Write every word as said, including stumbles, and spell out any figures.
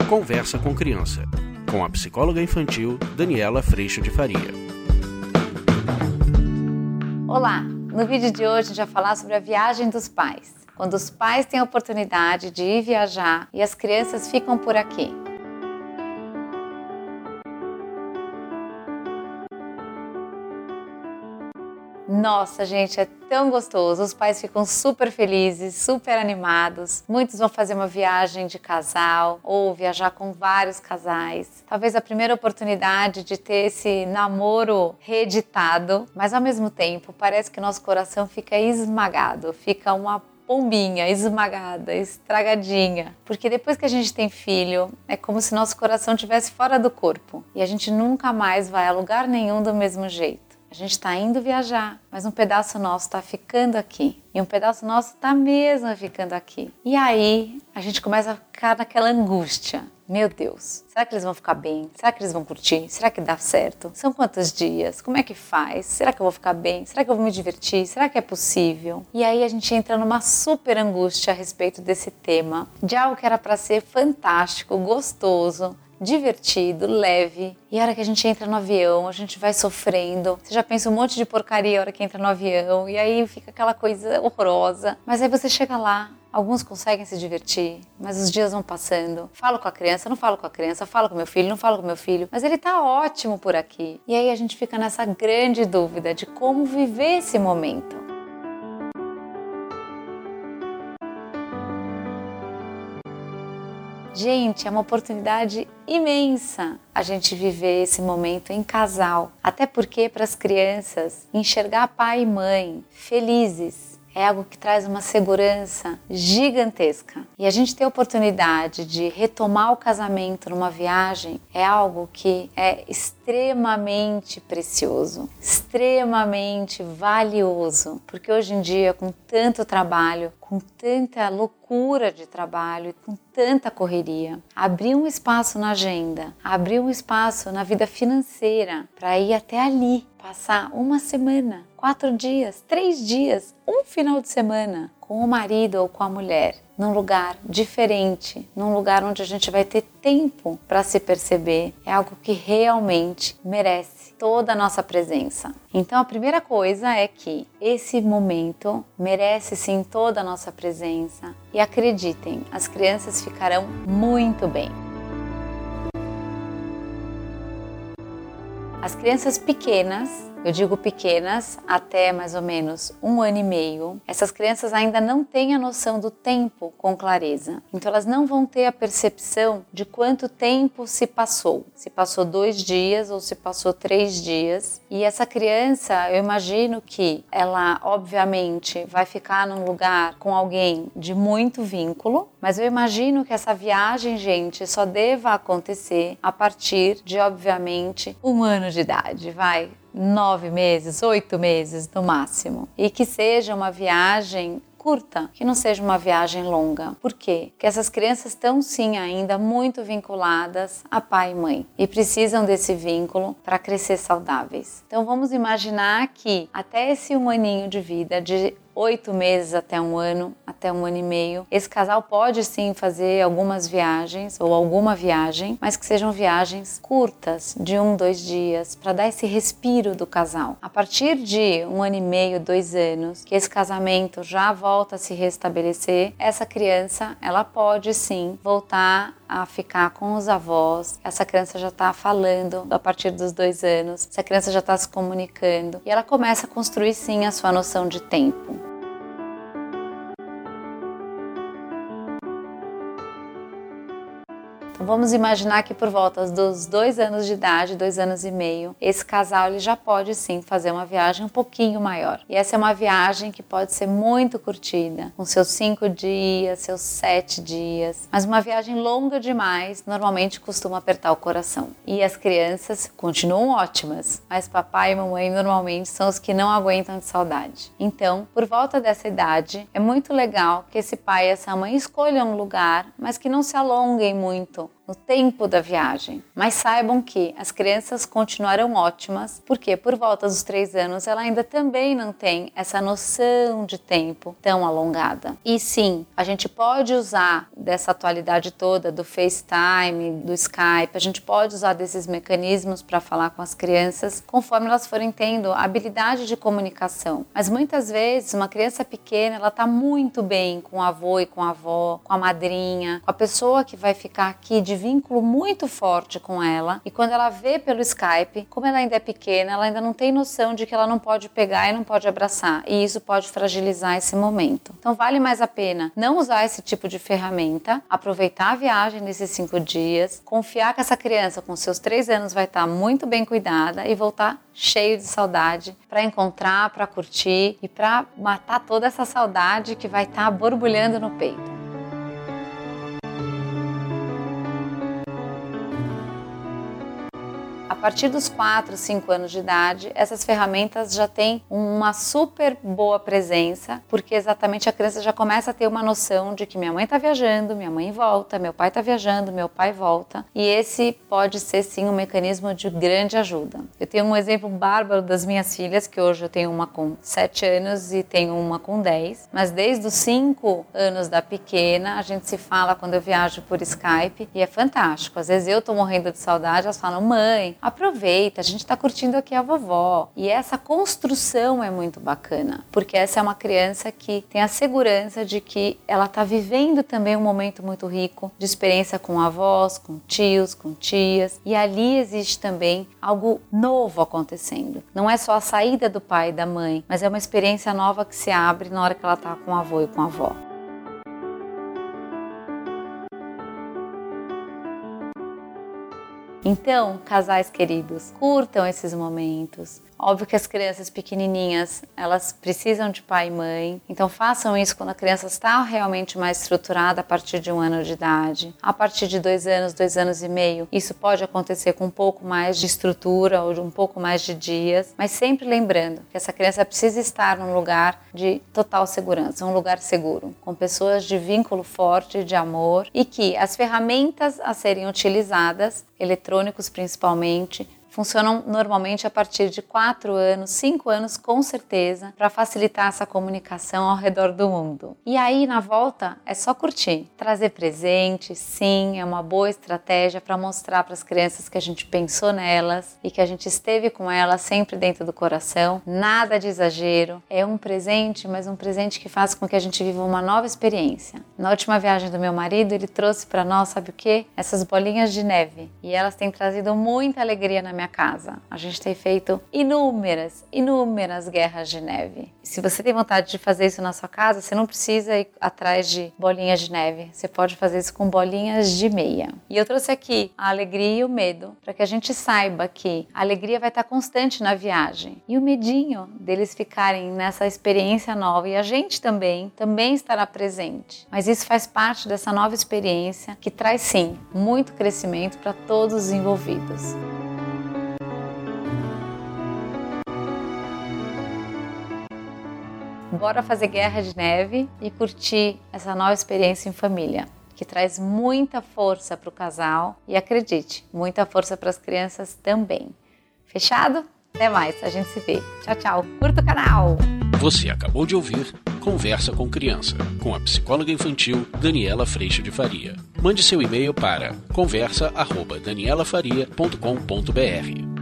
Conversa com Criança, com a psicóloga infantil Daniela Freixo de Faria. Olá! No vídeo de hoje a gente vai falar sobre a viagem dos pais. Quando os pais têm a oportunidade de ir viajar e as crianças ficam por aqui. Nossa, gente, é tão gostoso. Os pais ficam super felizes, super animados. Muitos vão fazer uma viagem de casal ou viajar com vários casais. Talvez a primeira oportunidade de ter esse namoro reeditado, mas ao mesmo tempo parece que nosso coração fica esmagado, fica uma pombinha, esmagada, estragadinha. Porque depois que a gente tem filho, é como se nosso coração estivesse fora do corpo e a gente nunca mais vai a lugar nenhum do mesmo jeito. A gente está indo viajar, mas um pedaço nosso está ficando aqui. E um pedaço nosso está mesmo ficando aqui. E aí, a gente começa a ficar naquela angústia. Meu Deus, será que eles vão ficar bem? Será que eles vão curtir? Será que dá certo? São quantos dias? Como é que faz? Será que eu vou ficar bem? Será que eu vou me divertir? Será que é possível? E aí a gente entra numa super angústia a respeito desse tema, de algo que era para ser fantástico, gostoso, divertido, leve. E a hora que a gente entra no avião, a gente vai sofrendo. Você já pensa um monte de porcaria a hora que entra no avião. E aí fica aquela coisa horrorosa. Mas aí você chega lá. Alguns conseguem se divertir, mas os dias vão passando. Falo com a criança, não falo com a criança. Falo com meu filho, não falo com meu filho. Mas ele tá ótimo por aqui. E aí a gente fica nessa grande dúvida de como viver esse momento. Gente, é uma oportunidade imensa a gente viver esse momento em casal. Até porque para as crianças enxergar pai e mãe felizes é algo que traz uma segurança gigantesca. E a gente ter a oportunidade de retomar o casamento numa viagem é algo que é extremamente precioso, extremamente valioso. Porque hoje em dia, com tanto trabalho, com tanta loucura de trabalho e com tanta correria, abrir um espaço na agenda, abrir um espaço na vida financeira para ir até ali, passar uma semana, quatro dias, três dias, um final de semana com o marido ou com a mulher, num lugar diferente, num lugar onde a gente vai ter tempo para se perceber, é algo que realmente merece toda a nossa presença. Então a primeira coisa é que esse momento merece sim toda a nossa presença e acreditem, as crianças ficarão muito bem. As crianças pequenas, eu digo pequenas, até mais ou menos um ano e meio, essas crianças ainda não têm a noção do tempo com clareza. Então elas não vão ter a percepção de quanto tempo se passou. Se passou dois dias ou se passou três dias. E essa criança, eu imagino que ela, obviamente, vai ficar num lugar com alguém de muito vínculo, mas eu imagino que essa viagem, gente, só deva acontecer a partir de, obviamente, um ano de idade, vai? Nove meses, oito meses no máximo. E que seja uma viagem curta, que não seja uma viagem longa. Por quê? Porque essas crianças estão sim ainda muito vinculadas a pai e mãe e precisam desse vínculo para crescer saudáveis. Então vamos imaginar que até esse um aninho de vida, de oito meses até um ano, até um ano e meio, esse casal pode sim fazer algumas viagens ou alguma viagem, mas que sejam viagens curtas, de um, dois dias, para dar esse respiro do casal. A partir de um ano e meio, dois anos, que esse casamento já volta a se restabelecer, essa criança, ela pode sim voltar a ficar com os avós. Essa criança já está falando a partir dos dois anos, essa criança já está se comunicando e ela começa a construir sim a sua noção de tempo. Então vamos imaginar que por volta dos dois anos de idade, dois anos e meio, esse casal ele já pode sim fazer uma viagem um pouquinho maior. E essa é uma viagem que pode ser muito curtida, com seus cinco dias, seus sete dias. Mas uma viagem longa demais normalmente costuma apertar o coração. E as crianças continuam ótimas, mas papai e mamãe normalmente são os que não aguentam de saudade. Então, por volta dessa idade, é muito legal que esse pai e essa mãe escolham um lugar, mas que não se alonguem muito no tempo da viagem. Mas saibam que as crianças continuarão ótimas, porque por volta dos três anos ela ainda também não tem essa noção de tempo tão alongada. E sim, a gente pode usar dessa atualidade toda do FaceTime, do Skype, a gente pode usar desses mecanismos para falar com as crianças conforme elas forem tendo a habilidade de comunicação. Mas muitas vezes uma criança pequena, ela está muito bem com o avô e com a avó, com a madrinha, com a pessoa que vai ficar aqui de vínculo muito forte com ela, e quando ela vê pelo Skype, como ela ainda é pequena, ela ainda não tem noção de que ela não pode pegar e não pode abraçar, e isso pode fragilizar esse momento. Então vale mais a pena não usar esse tipo de ferramenta, aproveitar a viagem nesses cinco dias, confiar que essa criança com seus três anos vai estar muito bem cuidada e voltar cheio de saudade para encontrar, para curtir e para matar toda essa saudade que vai estar borbulhando no peito. A partir dos quatro, cinco anos de idade, essas ferramentas já têm uma super boa presença, porque exatamente a criança já começa a ter uma noção de que minha mãe está viajando, minha mãe volta, meu pai está viajando, meu pai volta, e esse pode ser sim um mecanismo de grande ajuda. Eu tenho um exemplo bárbaro das minhas filhas, que hoje eu tenho uma com sete anos e tenho uma com dez, mas desde os cinco anos da pequena, a gente se fala quando eu viajo por Skype, e é fantástico. Às vezes eu estou morrendo de saudade, elas falam, mãe, aproveita, a gente está curtindo aqui a vovó. E essa construção é muito bacana, porque essa é uma criança que tem a segurança de que ela está vivendo também um momento muito rico de experiência com avós, com tios, com tias, e ali existe também algo novo acontecendo. Não é só a saída do pai e da mãe, mas é uma experiência nova que se abre na hora que ela está com o avô e com a avó. Então, casais queridos, curtam esses momentos. Óbvio que as crianças pequenininhas, elas precisam de pai e mãe, então façam isso quando a criança está realmente mais estruturada a partir de um ano de idade. A partir de dois anos, dois anos e meio, isso pode acontecer com um pouco mais de estrutura ou de um pouco mais de dias, mas sempre lembrando que essa criança precisa estar num lugar de total segurança, um lugar seguro, com pessoas de vínculo forte, de amor, e que as ferramentas a serem utilizadas, eletrônicos principalmente, funcionam normalmente a partir de quatro anos, cinco anos com certeza, para facilitar essa comunicação ao redor do mundo. E aí, na volta, é só curtir. Trazer presente, sim, é uma boa estratégia para mostrar para as crianças que a gente pensou nelas e que a gente esteve com elas sempre dentro do coração. Nada de exagero. É um presente, mas um presente que faz com que a gente viva uma nova experiência. Na última viagem do meu marido, ele trouxe para nós, sabe o quê? Essas bolinhas de neve. E elas têm trazido muita alegria na minha casa. A gente tem feito inúmeras, inúmeras guerras de neve. Se você tem vontade de fazer isso na sua casa, você não precisa ir atrás de bolinhas de neve. Você pode fazer isso com bolinhas de meia. E eu trouxe aqui a alegria e o medo, para que a gente saiba que a alegria vai estar constante na viagem. E o medinho deles ficarem nessa experiência nova, e a gente também, também estará presente. Mas isso faz parte dessa nova experiência que traz sim, muito crescimento para todos os envolvidos. Bora fazer guerra de neve e curtir essa nova experiência em família, que traz muita força para o casal e, acredite, muita força para as crianças também. Fechado? Até mais, a gente se vê. Tchau, tchau. Curta o canal! Você acabou de ouvir Conversa com Criança, com a psicóloga infantil Daniela Freixo de Faria. Mande seu e-mail para conversa arroba daniela faria ponto com ponto br.